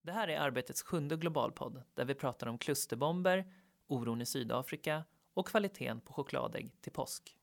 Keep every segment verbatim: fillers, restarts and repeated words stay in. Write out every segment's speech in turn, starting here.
Det här är Arbetets sjunde globalpodd där vi pratar om klusterbomber, oron i Sydafrika och kvaliteten på chokladägg till påsk.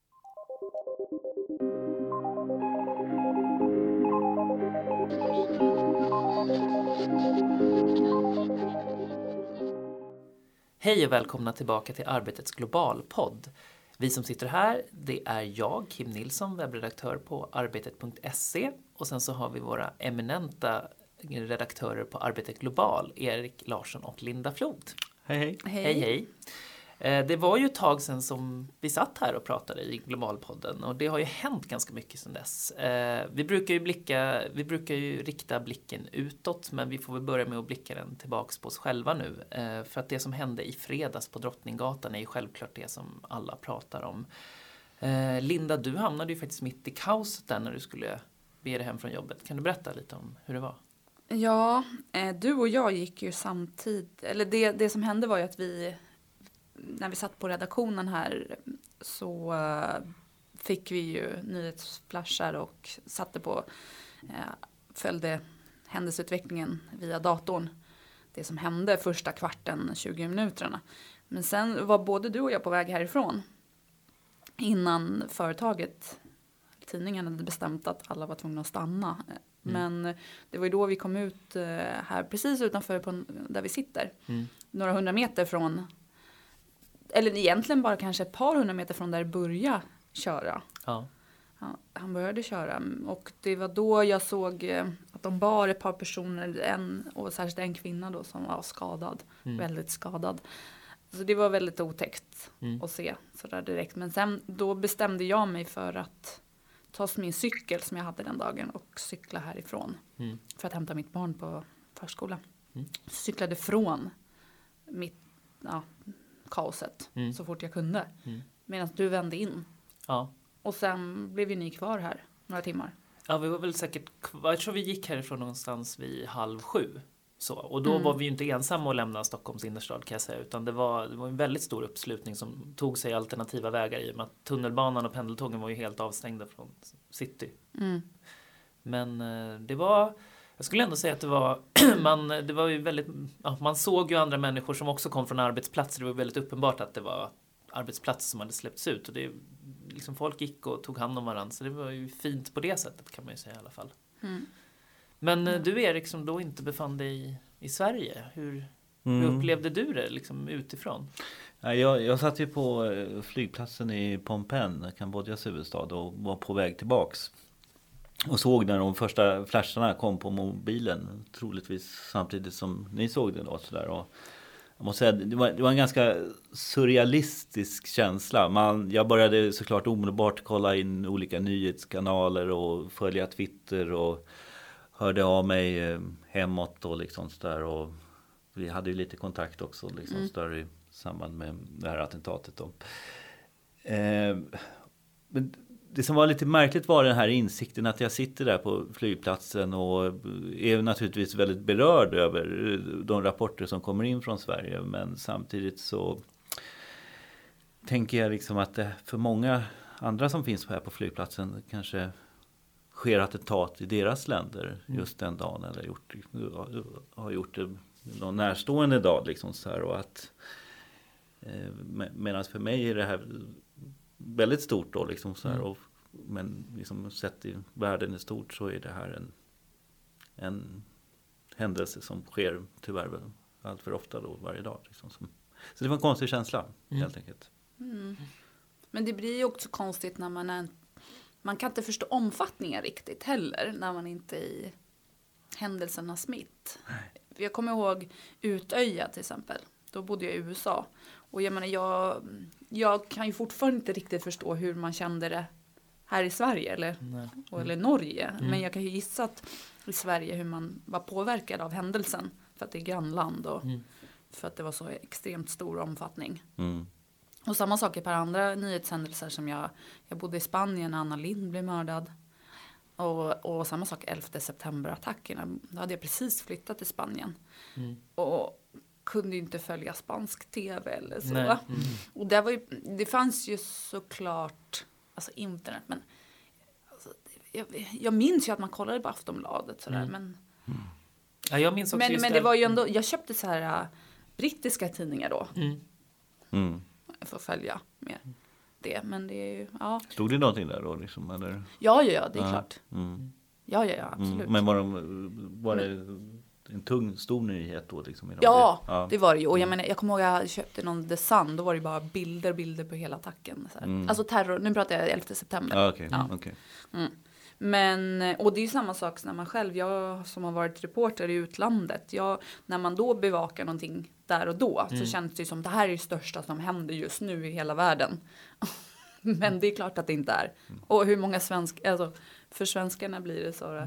Hej och välkomna tillbaka till Arbetets globalpodd. Vi som sitter här, det är jag, Kim Nilsson, webbredaktör på arbetet punkt se, och sen så har vi våra eminenta redaktörer på Arbetet Global, Erik Larsson och Linda Flod. Hej hej. Hej hej. Det var ju ett tag sedan som vi satt här och pratade i Globalpodden, och det har ju hänt ganska mycket sedan dess. Vi brukar ju blicka, vi brukar ju rikta blicken utåt, men vi får väl börja med att blicka den tillbaks på oss själva nu. För att det som hände i fredags på Drottninggatan är ju självklart det som alla pratar om. Linda, du hamnade ju faktiskt mitt i kaoset där när du skulle be dig hem från jobbet. Kan du berätta lite om hur det var? Ja, du och jag gick ju samtidigt, eller det, det som hände var ju att vi, när vi satt på redaktionen här så fick vi ju nyhetsflashar och satte på, följde händelseutvecklingen via datorn. Det som hände första kvarten, tjugo minuterna. Men sen var både du och jag på väg härifrån innan företaget, tidningen, hade bestämt att alla var tvungna att stanna. Mm. Men det var ju då vi kom ut här precis utanför på, där vi sitter. Mm. Några hundra meter från, eller egentligen bara kanske ett par hundra meter från där det började köra. Ja. Ja, han började köra och det var då jag såg att de bar ett par personer, en, och särskilt en kvinna då som var skadad, mm. väldigt skadad. Så det var väldigt otäckt mm. att se sådär direkt. Men sen då bestämde jag mig för att ta min cykel som jag hade den dagen och cykla härifrån. Mm. För att hämta mitt barn på förskolan. Mm. Cyklade från mitt ja, kaoset mm. så fort jag kunde. Mm. Medan du vände in. Ja. Och sen blev ju ni kvar här några timmar. Ja, vi var väl säkert kvar. Jag tror vi gick härifrån någonstans vid halv sju. Så. Och då mm. var vi ju inte ensamma att lämna Stockholms innerstad, kan jag säga. Utan det var, det var en väldigt stor uppslutning som tog sig alternativa vägar i och med att tunnelbanan och pendeltågen var ju helt avstängda från city. Mm. Men det var, jag skulle ändå säga att det var, man, det var ju väldigt, ja, man såg ju andra människor som också kom från arbetsplatser. Det var väldigt uppenbart att det var arbetsplatser som hade släppts ut. Och det, liksom folk gick och tog hand om varandra. Så det var ju fint på det sättet, kan man ju säga i alla fall. Mm. Men mm. du, Erik, som då inte befann dig i, i Sverige, hur, mm. hur upplevde du det liksom utifrån? Ja, jag, jag satt ju på flygplatsen i Phnom Penh, Kambodjas huvudstad, och var på väg tillbaks. Och såg när de första flasharna kom på mobilen, troligtvis samtidigt som ni såg det då. Sådär. Och jag måste säga, det var, det var en ganska surrealistisk känsla. Man, jag började såklart omedelbart kolla in olika nyhetskanaler och följa Twitter och hörde av mig hemåt och liksom sådär, och vi hade ju lite kontakt också liksom mm. större i samband med det här attentatet då. Eh, men det som var lite märkligt var den här insikten att jag sitter där på flygplatsen och är naturligtvis väldigt berörd över de rapporter som kommer in från Sverige, men samtidigt så tänker jag liksom att det för många andra som finns här på flygplatsen kanske sker attentat i deras länder just den dagen, eller gjort, har gjort det någon närstående dag liksom så här, och att eh, medan för mig är det här väldigt stort då liksom så här, och, men liksom sett i världen i stort så är det här en, en händelse som sker tyvärr allt för ofta då varje dag liksom, som, så det var en konstig känsla mm. helt enkelt. Mm. Men det blir ju också konstigt när man är Man kan inte förstå omfattningen riktigt heller när man inte är i händelsernas mitt. Nej. Jag kommer ihåg Utöja till exempel. Då bodde jag i U S A. Och jag menar, jag, jag kan ju fortfarande inte riktigt förstå hur man kände det här i Sverige eller, mm. eller Norge. Mm. Men jag kan ju gissa att i Sverige hur man var påverkad av händelsen. För att det är grannland och mm. för att det var så extremt stor omfattning. Mm. Och samma sak är på andra nyhetshändelser som jag, jag bodde i Spanien när Anna Lindh blev mördad. Och, och samma sak elfte september-attackerna. Då hade jag precis flyttat till Spanien. Mm. Och kunde inte följa spansk tv eller så. Mm. Och det, var ju, det fanns ju såklart alltså internet. Men alltså, jag, jag minns ju att man kollade på Aftonbladet. Sådär, mm. Men mm. Ja, jag minns också Men, just men det. det var ju ändå, jag köpte så här uh, brittiska tidningar då. Mm. Mm. Jag får följa med det. Men det är ju, ja. Stod det någonting där då liksom? Eller? Ja, ja, ja, det är Ja. klart. Mm. Ja, ja, ja, absolut. Mm. Men var, de, var det en tung, stor nyhet då? Liksom, i de Ja, ja, det var det ju. Och jag menar, jag kommer ihåg att jag köpte någon The Sun. Då var det bara bilder, bilder på hela attacken. Så här. Mm. Alltså terror, nu pratar jag elfte september. Ja, okej. Ja. okej. Mm. Men, och det är ju samma sak när man själv, jag som har varit reporter i utlandet. Jag, när man då bevakar någonting där och då. Mm. Så känns det som det här är det största som händer just nu i hela världen. Men det är klart att det inte är. Och hur många svenskar, alltså för svenskarna blir det så.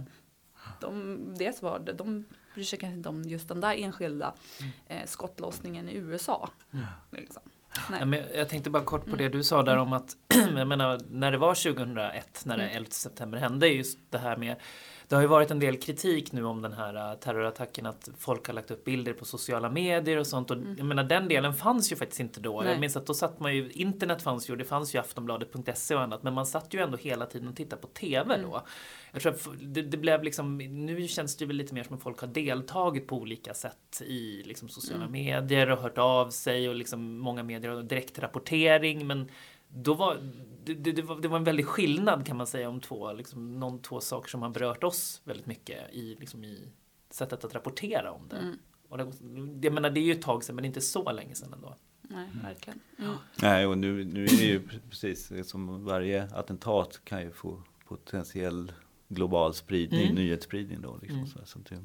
De, det var det, de bryr sig kanske inte om just den där enskilda eh, skottlossningen i U S A. Mm. Liksom. Ja, men jag tänkte bara kort på det du sa där om att jag menar, när det var tjugohundraett, när det elfte september hände, just det här med, det har ju varit en del kritik nu om den här terrorattacken, att folk har lagt upp bilder på sociala medier och sånt, och Mm. jag menar, den delen fanns ju faktiskt inte då. Nej. Jag minns att då satt man ju, internet fanns ju, det fanns ju aftonbladet punkt se och annat, men man satt ju ändå hela tiden och tittade på tv då. Mm. Jag tror att det, det blev liksom, nu känns det väl lite mer som att folk har deltagit på olika sätt i liksom sociala Mm. medier och hört av sig, och liksom många medier har direktrapportering, men då var det, det, det, var, det var en väldig skillnad kan man säga om två, liksom, någon två saker som har berört oss väldigt mycket i, liksom, i sättet att rapportera om det. Mm. Och det, jag menar, det är ju ett tag sedan, men inte så länge sedan ändå. Nej, verkligen. Mm. Nej, och nu, nu är det ju precis som varje attentat kan ju få potentiell global spridning, Mm. nyhetsspridning då. Liksom, Mm. så, så det,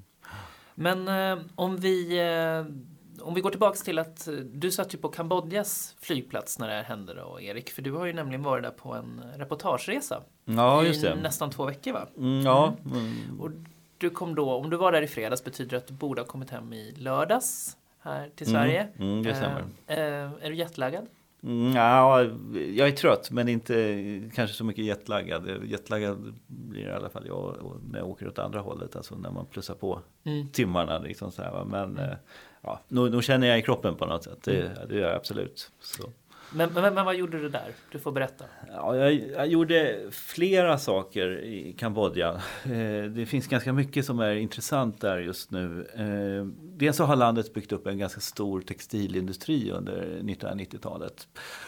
Men eh, om vi eh, om vi går tillbaks till att eh, du satt ju på Kambodjas flygplats när det här hände då, Erik, för du har ju nämligen varit där på en reportageresa ja, just i det. nästan två veckor, va? Mm, ja. Mm. Och du kom då, om du var där i fredags, betyder det att du borde ha kommit hem i lördags här till Sverige. Mm, mm, det stämmer. Eh, eh, är du jetlaggad? Mm, ja, jag är trött, men inte kanske så mycket jetlaggad. Jetlaggad blir i alla fall jag, och när jag åker åt andra hållet, alltså när man plussar på Mm. timmarna liksom så här, va. Men mm. ja, nu, nu känner jag i kroppen på något sätt. Det, Mm. det gör jag absolut. Så. Men, men, men vad gjorde du där? Du får berätta. Ja, jag, jag gjorde flera saker i Kambodja. Eh, det finns ganska mycket som är intressant där just nu. Eh, dels så har landet byggt upp en ganska stor textilindustri under nittonhundranittiotalet.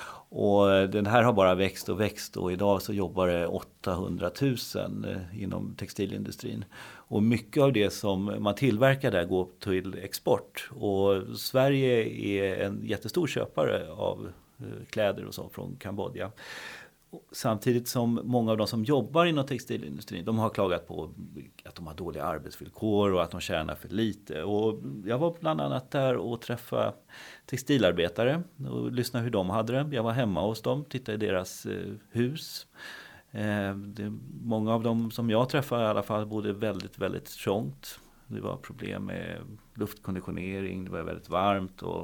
Och den här har bara växt och växt, och idag så jobbar det åttahundratusen inom textilindustrin. Och mycket av det som man tillverkar där går till export. Och Sverige är en jättestor köpare av kläder och så från Kambodja. Samtidigt som många av de som jobbar inom textilindustrin, de har klagat på att de har dåliga arbetsvillkor och att de tjänar för lite. Och jag var bland annat där och träffade textilarbetare och lyssnade hur de hade det. Jag var hemma hos dem, tittade i deras eh, hus. Eh, det, många av dem som jag träffade i alla fall bodde väldigt, väldigt trångt. Det var problem med luftkonditionering, det var väldigt varmt och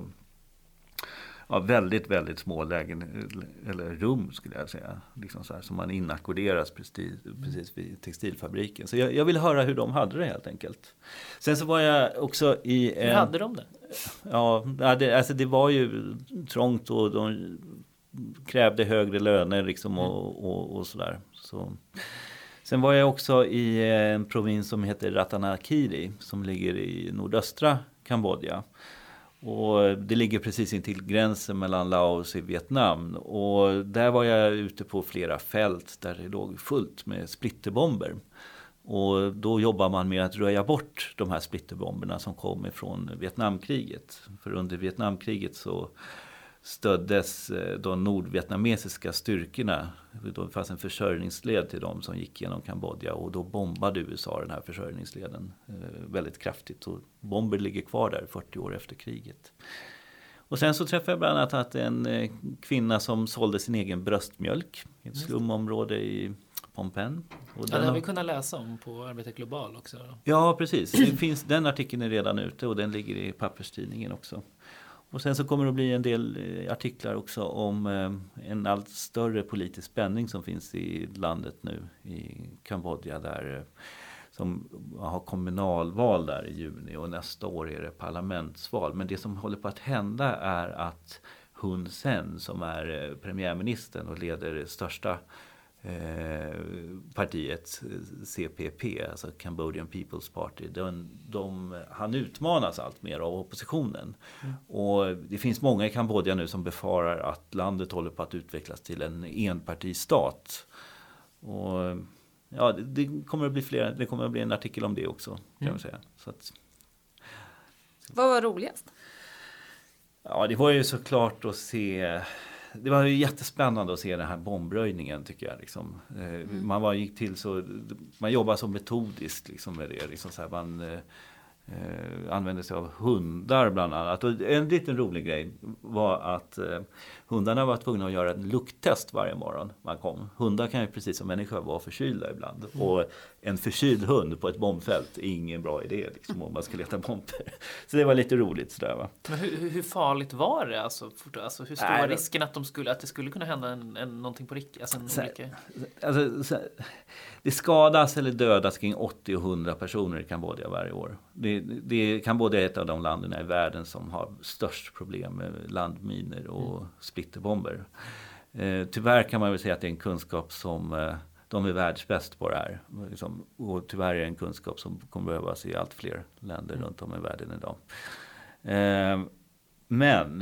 ja, väldigt, väldigt små lägen eller rum skulle jag säga. Liksom så här, som man inackorderas precis, precis vid textilfabriken. Så jag, jag vill höra hur de hade det helt enkelt. Sen så var jag också i... Hur hade de det? Ja, det, alltså det var ju trångt och de krävde högre löner liksom och, och, och sådär. Så. Sen var jag också i en provins som heter Ratanakiri som ligger i nordöstra Kambodja. Och det ligger precis intill gränsen mellan Laos och Vietnam. Och där var jag ute på flera fält där det låg fullt med splitterbomber. Och då jobbar man med att röja bort de här splitterbomberna som kom ifrån Vietnamkriget. För under Vietnamkriget så stöddes de nordvietnamesiska styrkorna. Det fanns en försörjningsled till dem som gick genom Kambodja, och då bombade U S A den här försörjningsleden väldigt kraftigt. Och bomber ligger kvar där fyrtio år efter kriget. Och sen så träffade jag bland annat en kvinna som sålde sin egen bröstmjölk i ett slumområde i Phnom Penh. Och Ja, den det har har vi kunnat läsa om på Arbetet Global också. Ja, precis. Det finns, den artikeln är redan ute och den ligger i papperstidningen också. Och sen så kommer det att bli en del artiklar också om en allt större politisk spänning som finns i landet nu i Kambodja, där som har kommunalval där i juni, och nästa år är det parlamentsval. Men det som håller på att hända är att Hun Sen, som är premiärministern och leder det största eh, partiet C P P, alltså Cambodian People's Party. De, de, han utmanas allt mer av oppositionen. Mm. Och det finns många i Kambodja nu som befarar att landet håller på att utvecklas till en enpartistat. Och ja, det, det kommer att bli fler, det kommer att bli en artikel om det också, kan mm. man säga. Så att, vad var roligast? Ja, det var ju såklart att se. Det var ju jättespännande att se den här bombröjningen, tycker jag. Liksom. Mm. Man var, gick till så, man jobbar så metodiskt liksom, med det. Liksom, så här, man eh, använde sig av hundar bland annat. Och en liten rolig grej var att eh, hundarna var tvungna att göra en lukttest varje morgon man kom. Hundar kan ju precis som människor vara förkylda ibland. Mm. Och en förkyld hund på ett bombfält är ingen bra idé liksom, om man ska leta bomber. Så det var lite roligt sådär, va. Men hur, hur farligt var det? Alltså, alltså, hur stor var risken att, de skulle, att det skulle kunna hända en, en, någonting på riktigt? Alltså, en så, olika... alltså, så, det skadas eller dödas kring åttio till hundra personer i Kambodja varje år. Det, det, Kambodja är ett av de länderna i världen som har störst problem med landminer och mm. splitterbomber. Eh, tyvärr kan man väl säga att det är en kunskap som eh, de är världsbäst på det här. Liksom, och tyvärr är det en kunskap som kommer behövas i allt fler länder mm. runt om i världen idag. Eh, men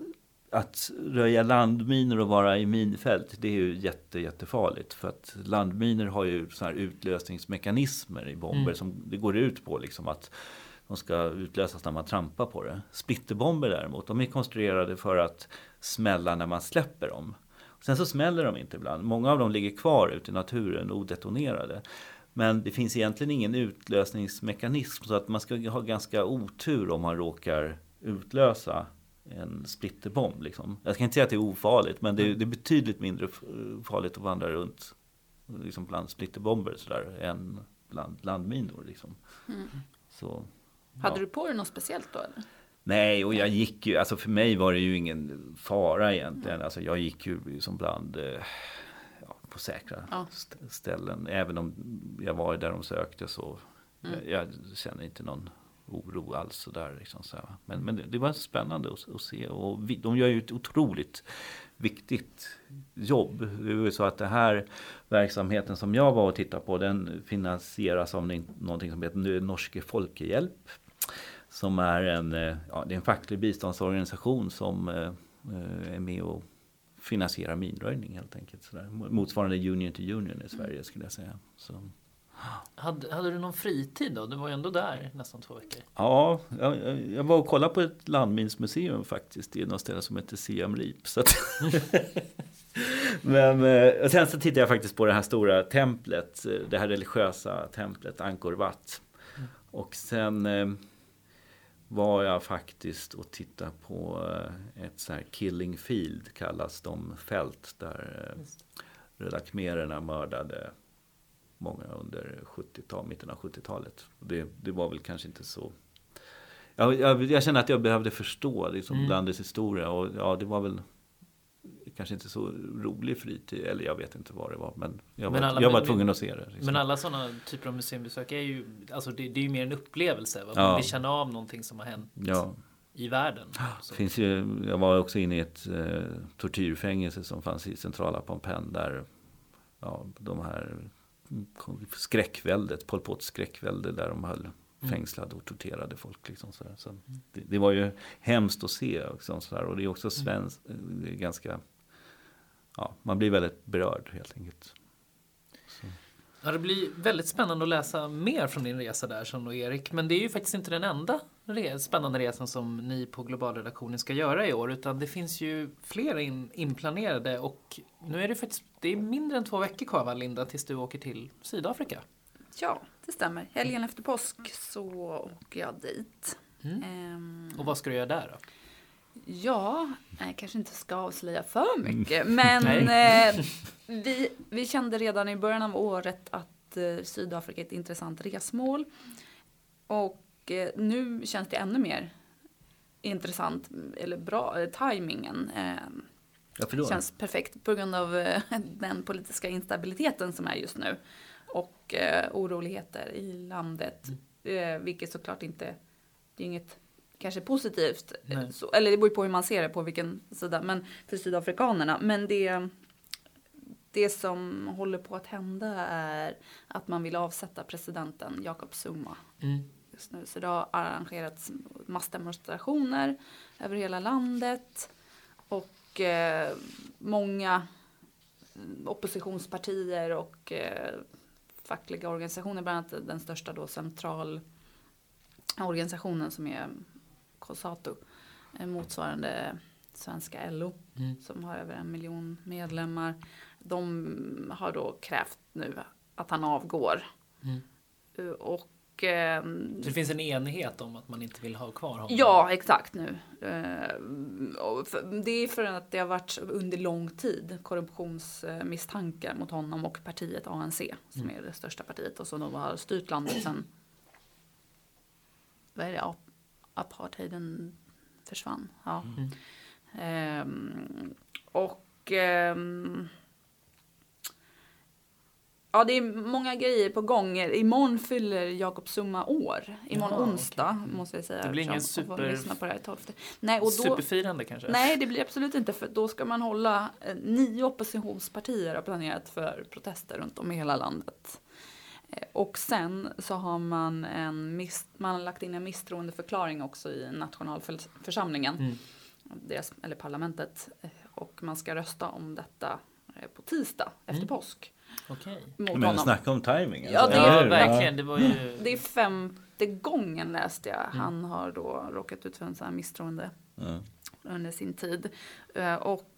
att röja landminer och vara i minfält, det är ju jätte, jättefarligt. För att landminer har ju såna här utlösningsmekanismer i bomber mm. som det går ut på liksom att de ska utlösas när man trampar på det. Splitterbomber däremot, de är konstruerade för att smälla när man släpper dem. Sen så smäller de inte ibland. Många av dem ligger kvar ute i naturen odetonerade. Men det finns egentligen ingen utlösningsmekanism, så att man ska ha ganska otur om man råkar utlösa en splitterbomb. Liksom. Jag ska inte säga att det är ofarligt, men det är, det är betydligt mindre farligt att vandra runt liksom bland splitterbomber sådär, än bland landminor. Liksom. Mm. Så, hade ja. du på dig något speciellt då? Eller? Nej, och jag gick ju, alltså för mig var det ju ingen fara egentligen. Mm. Alltså jag gick ju som bland ja, på säkra ja. ställen. Även om jag var där de sökte så mm. jag, jag känner inte någon oro alls så där liksom, så. Men, men det, det var spännande att, att se, och vi, de gör ju ett otroligt viktigt jobb. Det är ju så att det här verksamheten som jag var och tittade på, den finansieras av någonting som heter Norske Folkehjälp, som är en, ja, det är en facklig biståndsorganisation som eh, är med och finansierar minröjning helt enkelt. Så där. Motsvarande Union to Union i Sverige skulle jag säga. Så. Hade, hade du någon fritid då? Du var ju ändå där nästan två veckor. Ja, jag, jag var och kollade på ett landminsmuseum faktiskt i något ställe som heter Siem Reap. Så att Men och sen så tittade jag faktiskt på det här stora templet, det här religiösa templet Angkor Wat. Mm. Och sen eh, var jag faktiskt och tittade på ett så här killing field, kallas de, fält där eh, röda khmererna mördade många under sjuttiotalet, mitten av sjuttiotalet. Det, det var väl kanske inte så. Jag, jag, jag kände att jag behövde förstå liksom, mm. landets historia, och ja, det var väl kanske inte så rolig fritid, eller jag vet inte vad det var, men jag var, men alla, jag var tvungen att se det. Liksom. Men alla sådana typer av museumsbesök är ju, alltså det, det är ju mer en upplevelse, va? Man ja. vill känna av någonting som har hänt ja. i världen. Så. Finns ju, jag var också inne i ett eh, tortyrfängelse som fanns i centrala Phnom Penh, där ja, de här skräckväldet, Pol Pot skräckvälde, där de höll fängslade och torterade folk liksom, så, så det, det var ju hemskt att se också, så där. Och det är också svenskt, det är ganska, ja, man blir väldigt berörd helt enkelt. Så. Ja, det blir väldigt spännande att läsa mer från din resa där, som då Erik, men det är ju faktiskt inte den enda re- spännande resan som ni på Globalredaktionen ska göra i år, utan det finns ju flera in, inplanerade, och nu är det faktiskt, det är mindre än två veckor kvar, Linda, tills du åker till Sydafrika. Ja, det stämmer. Helgen efter påsk så åker jag dit. Mm. Ehm, och vad ska du göra där då? Ja, jag kanske inte ska avslöja för mycket. Men eh, vi, vi kände redan i början av året att eh, Sydafrika är ett intressant resmål. Och eh, nu känns det ännu mer intressant, eller bra, eh, tajmingen. Eh, ja, känns perfekt på grund av eh, den politiska instabiliteten som är just nu. Och eh, oroligheter i landet. Mm. Eh, vilket såklart inte, det är inget kanske positivt. Så, eller det beror på hur man ser det, på vilken sida. Men för sydafrikanerna. Men det, det som håller på att hända är att man vill avsätta presidenten Jacob Zuma. Mm. Just nu. Så det har arrangerats massdemonstrationer över hela landet. Och eh, många oppositionspartier och eh, fackliga organisationer, bland annat den största då centralorganisationen som är COSATU, motsvarande svenska L O, mm. som har över en miljon medlemmar. De har då krävt nu att han avgår. Mm. Och så det finns en enighet om att man inte vill ha kvar honom? Ja, exakt nu. Det är för att det har varit under lång tid korruptionsmisstankar mot honom och partiet A N C, som mm. är det största partiet och som de har styrt landet sedan, vad är det, apartheiden försvann. Ja. Mm. Ehm, och ehm, ja, det är många grejer på gång. Imorgon fyller Jacob Zuma år. Imorgon ja, onsdag, okay. måste jag säga. Det blir ingen super... på det här tolfte. Nej, och då, superfirande kanske? Nej, det blir absolut inte. För då ska man hålla nio oppositionspartier har planerat för protester runt om i hela landet. Och sen så har man en miss, man har lagt in en misstroendeförklaring också i nationalförsamlingen. Mm. Deras, eller parlamentet. Och man ska rösta om detta på tisdag efter mm. påsk. Okej. Men snacka om timing. Ja, det är, ja, verkligen. Det, var ju... det är femte gången läste jag. Mm. Han har då råkat ut för en sån här misstroende mm. under sin tid. Och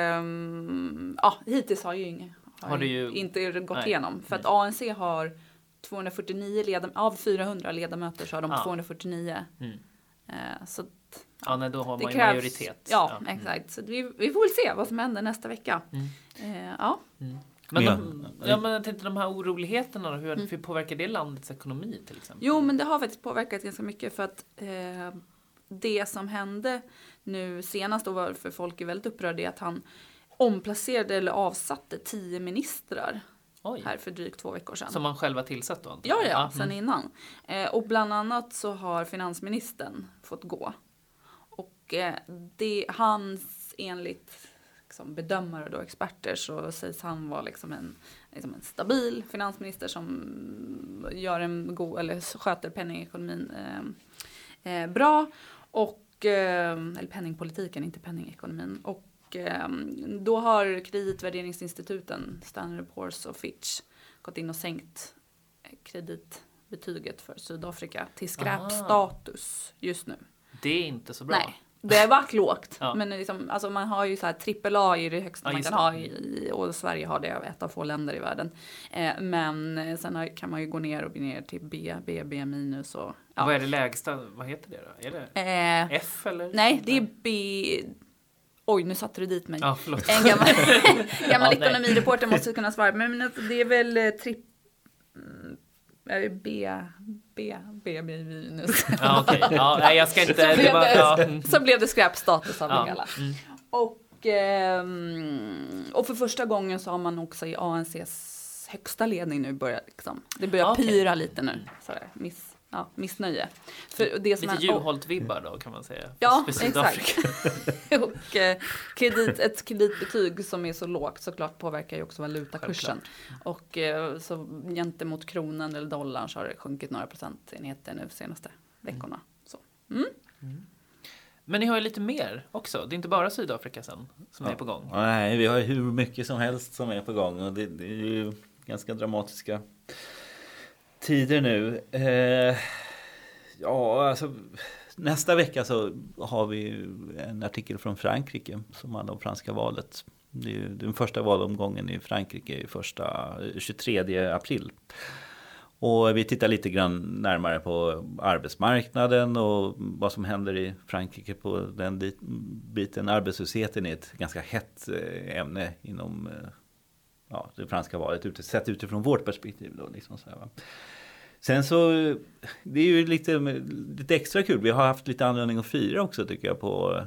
ähm, ja, hittills har ju inget har har ju... inte gått Nej. igenom. För att A N C har tvåhundrafyrtionio ledamöter. Av fyrahundra ledamöter så har de ja. tvåhundrafyrtionio. Mm. Uh, så att, ja, nej, då har man ju krävs, majoritet. Ja, ja. exakt. Mm. Så vi, vi får väl se vad som händer nästa vecka. Mm. Uh, ja. Mm. Men, de, ja, men jag tänkte de här oroligheterna, hur, mm. hur påverkar det landets ekonomi till exempel? Jo, men det har faktiskt påverkat ganska mycket för att eh, det som hände nu senast och varför folk är väldigt upprörda är att han omplacerade eller avsatte tio ministrar. Oj. Här för drygt två veckor sedan. Som man själva tillsatt då? Ja, ja, mm. sen innan. Eh, och bland annat så har finansministern fått gå. Och eh, det, hans enligt liksom, bedömare och experter så sägs han vara liksom en, liksom en stabil finansminister som gör en god, eller sköter penningekonomin eh, eh, bra. Och, eh, eller penningpolitiken, inte penningekonomin. Och då har kreditvärderingsinstituten Standard and Poor's och Fitch gått in och sänkt kreditbetyget för Sydafrika till skräpstatus just nu. Det är inte så bra. Nej, det har varit lågt. Ja. Men liksom, alltså man har ju så här trippel A i det högsta ja, man kan det. ha i, och Sverige har det, ett av få länder i världen. Eh, men sen har, kan man ju gå ner och bli ner till B, B, B minus och ja. Vad är det lägsta? Vad heter det då? Är det eh, F eller? Nej, det är B. Oj, nu satte du dit mig. Ja, förlåt. En gammal, gammal ja, ekonomireporter måste kunna svara. Men det är väl tripp... B, B, B, B minus. Ja, okej. Okay. Ja, nej, jag ska inte... Så, det blev, var, det, ja. så blev det skräpstatus av ja. det hela. Mm. Och, eh, och för första gången så har man också i A N C:s högsta ledning nu börjat... Liksom, det börjar okay. pyra lite nu. Sådär, miss. Ja, missnöje. För det som lite Juholt-vibbar då kan man säga. Ja, exakt. Och eh, kredit, ett kreditbetyg som är så lågt såklart påverkar ju också valutakursen. Och eh, så gentemot kronan eller dollarn så har det sjunkit några procentenheter nu de senaste veckorna. Mm. Så. Mm. Mm. Men ni har ju lite mer också. Det är inte bara Sydafrika sen som ja. är på gång. Nej, vi har ju hur mycket som helst som är på gång. Och det, det är ju ganska dramatiska tider nu. Eh, ja, alltså nästa vecka så har vi en artikel från Frankrike som handlar om franska valet. Det är ju den första valomgången i Frankrike i första tjugotredje april. Och vi tittar lite grann närmare på arbetsmarknaden och vad som händer i Frankrike på den biten. Arbetslösheten är ett ganska hett ämne inom ja, det franska valet, sett utifrån vårt perspektiv då, liksom så här, va. Sen så, det är ju lite, lite extra kul. Vi har haft lite anledning att fira också tycker jag på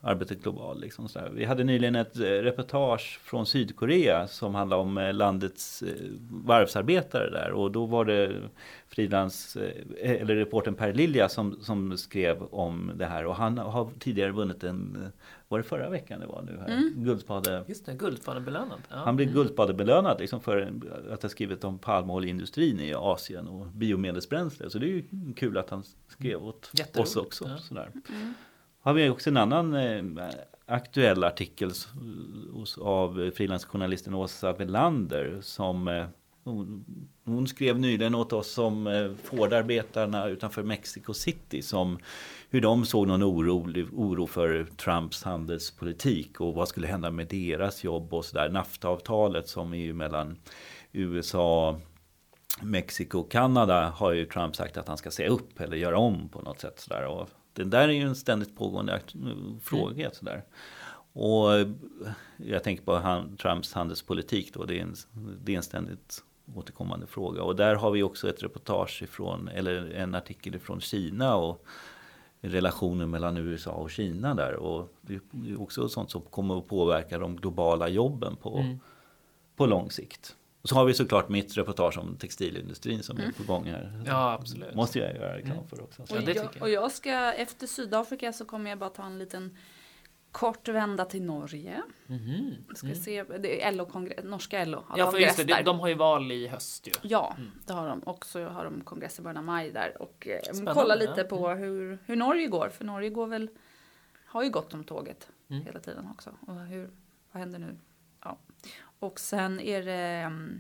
Arbetet globalt. Liksom så där. Vi hade nyligen ett reportage från Sydkorea som handlade om landets varvsarbetare där. Och då var det frilans, eller reportern Per Lilja som, som skrev om det här. Och han har tidigare vunnit en, var det förra veckan det var nu här? Mm. Guldspade. Just det, Guldspade-belönad. Ja. Han blev Guldspade-belönad liksom för att ha skrivit om palmoljeindustrin i Asien och biomedelsbränsle. Så det är ju kul att han skrev åt oss också. Ja. Sådär. Mm. Har vi också en annan eh, aktuell artikel hos, av frilansjournalisten Åsa Welander som eh, hon, hon skrev nyligen åt oss om eh, Fordarbetarna utanför Mexico City som hur de såg någon oro, oro för Trumps handelspolitik och vad skulle hända med deras jobb och sådär. NAFTA-avtalet som är ju mellan U S A, Mexiko och Kanada har ju Trump sagt att han ska säga upp eller göra om på något sätt sådär. Och det där är ju en ständigt pågående fråga mm. sådär. Och jag tänker på han, Trumps handelspolitik då, det är, en, det är en ständigt återkommande fråga. Och där har vi också ett reportage ifrån, eller en artikel från Kina och relationen mellan U S A och Kina där. Och det är också sånt som kommer att påverka de globala jobben på, mm. på lång sikt. Och så har vi såklart mitt reportage om textilindustrin som mm. är på gång här. Ja, absolut. Måste jag göra reklam för också. Och, ja, jag, och jag ska, efter Sydafrika så kommer jag bara ta en liten kort vända till Norge. Mm. Ska mm. se, det är L O-kongress, norska L O. Ja, för just det, de, de har ju val i höst ju. Ja, mm. det har de. Och så har de kongress i början av maj där. Och eh, kolla lite ja. på hur, hur Norge går. För Norge går väl, har ju gått om tåget mm. hela tiden också. Och hur, vad händer nu? Ja. Och sen är det um,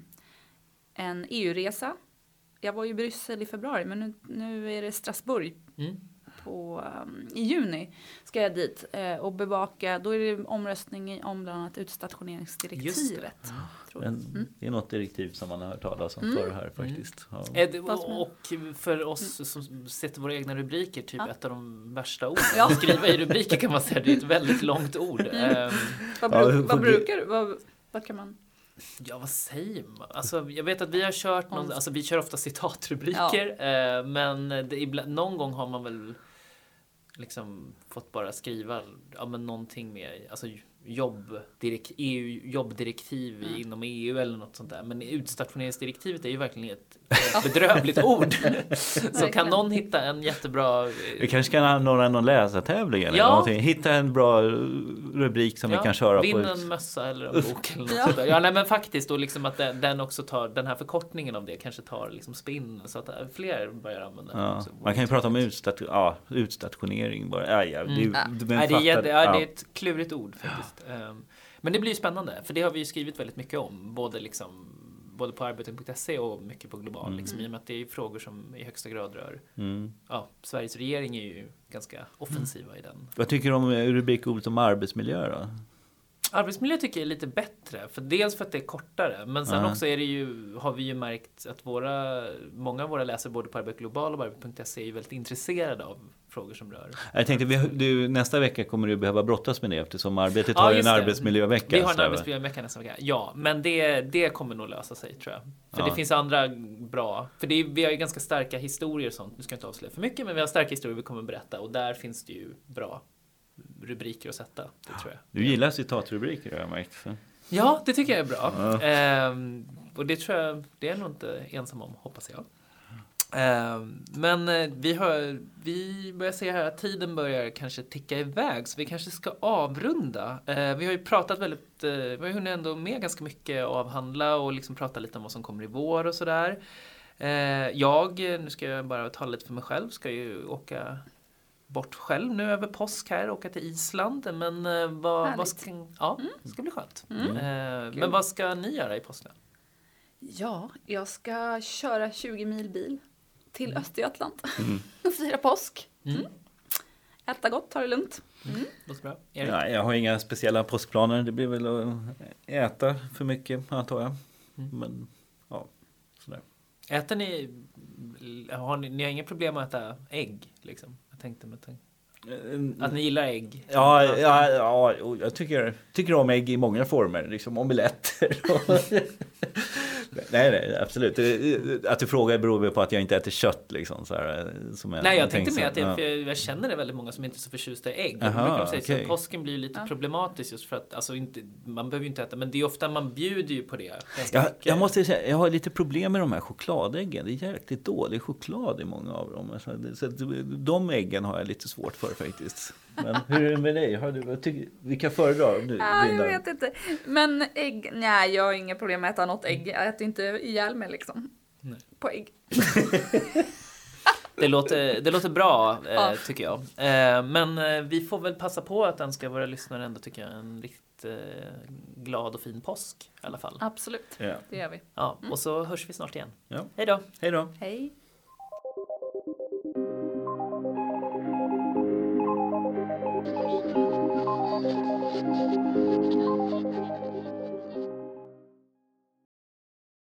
en E U-resa. Jag var i Bryssel i februari men nu, nu är det Strasbourg. Mm. På, um, i juni ska jag dit eh, och bevaka, då är det omröstning om bland annat utstationeringsdirektivet. Det. Tror jag. Men, mm. det är något direktiv som man har hört talas om mm. för här faktiskt. Mm. Ja. Det, och för oss som sätter våra egna rubriker, typ ja. ett av de värsta orden. Ja. Skriva i rubriker kan man säga, det är ett väldigt långt ord. Mm. Um, vad, bru- ja, vad brukar vad, vad kan man... Ja, vad säger man? Alltså, jag vet att vi har kört någon, alltså vi kör ofta citatrubriker, ja. eh, men det, ibland, någon gång har man väl liksom fått bara skriva ja, men någonting med alltså jobbdirekt, E U, jobbdirektiv mm. inom E U eller något sånt där. Men utstationeringsdirektivet är ju verkligen ett, ett bedrövligt ord. Så kan någon hitta en jättebra... Vi kanske kan anordna någon läsartävling eller ja. någonting. Hitta en bra rubrik som ja. vi kan köra Vinn på. Vinn en mössa eller en bok eller något ja. sånt där. Ja, nej, men faktiskt då liksom att den, den också tar, den här förkortningen av det kanske tar liksom spinn så att fler börjar använda den. Ja. Man kan ju prata om utstation, ja, utstationering bara. Ja, ja, mm. det, det, nej, det, är, ja, det är ett klurigt ord faktiskt. Men det blir ju spännande, för det har vi ju skrivit väldigt mycket om, både, liksom, både på arbeten punkt se och mycket på global, mm. liksom, i och med att det är frågor som i högsta grad rör. Mm. Ja, Sveriges regering är ju ganska offensiva mm. i den. Vad tycker du om rubrikordet om arbetsmiljö då? Arbetsmiljö tycker jag är lite bättre, för dels för att det är kortare, men sen uh-huh. också är det ju, har vi ju märkt att våra, många av våra läsare både på Arbete Global och arbete punkt se är ju väldigt intresserade av frågor som rör. Jag tänkte, vi, du, nästa vecka kommer du behöva brottas med det eftersom arbetet ja, har en arbetsmiljövecka. Vi har en arbetsmiljövecka nästa vecka, ja, men det, det kommer nog lösa sig tror jag. För ja. det finns andra bra, för det är, vi har ju ganska starka historier och sånt, nu ska jag inte avslöja för mycket, men vi har starka historier vi kommer berätta och där finns det ju bra rubriker att sätta, det tror jag. Du gillar citatrubriker, har jag märkt. Så. Ja, det tycker jag är bra. Ja. Ehm, och det tror jag, det är nog inte ensam om, hoppas jag. Ehm, men vi har, vi börjar se här att tiden börjar kanske ticka iväg, så vi kanske ska avrunda. Ehm, vi har ju pratat väldigt, eh, vi har ju hunnit ändå med ganska mycket avhandla och liksom prata lite om vad som kommer i vår och sådär. Ehm, jag, nu ska jag bara tala lite för mig själv, ska ju åka bort själv nu över påsk här, åka till Island, men uh, vad, vad ska, ja, mm. det ska bli skönt. Mm. Uh, men vad ska ni göra i påsken? Ja, jag ska köra tjugo mil bil till mm. Östergötland mm. och fira påsk. Mm. Mm. Äta gott, ta det lugnt. Mm. Mm. Bra. Ja, jag har inga speciella påskplaner, det blir väl att äta för mycket antar jag. Mm. Men ja, sådär. Äter ni, har ni, ni har inga problem att äta ägg liksom? Jag tänkte med tänk. Att ni gillar ägg. Ja, ja, ja jag tycker, tycker om ägg i många former. Liksom omeletter. Nej, nej, absolut. Att du frågar beror på att jag inte äter kött liksom, så här, som jag, Nej, jag tänkte med att det, ja. för jag, jag känner det väldigt många som inte är så förtjusta i ägg. Aha, säga, okay. så påsken blir lite ja. problematisk just för att alltså, inte, man behöver ju inte äta, men det är ofta man bjuder ju på det. Jag, jag måste säga, jag har lite problem med de här chokladäggen. Det är jäkligt dålig choklad i många av dem. Så de äggen har jag lite svårt för faktiskt. Men hur är det med dig? Har du, tycker, vilka föredrar du? Ja, jag vet inte. Men ägg, nej, jag har inga problem med att äta något ägg. Jag äter inte ihjäl mig liksom. Nej. På ägg. Det låter, det låter bra, eh, ja. tycker jag. Eh, men eh, vi får väl passa på att önska våra lyssnare ändå, tycker jag, en riktigt eh, glad och fin påsk i alla fall. Absolut, ja. det gör vi. Ja, och så hörs vi snart igen. Ja. Hej då! Hej då! Hej!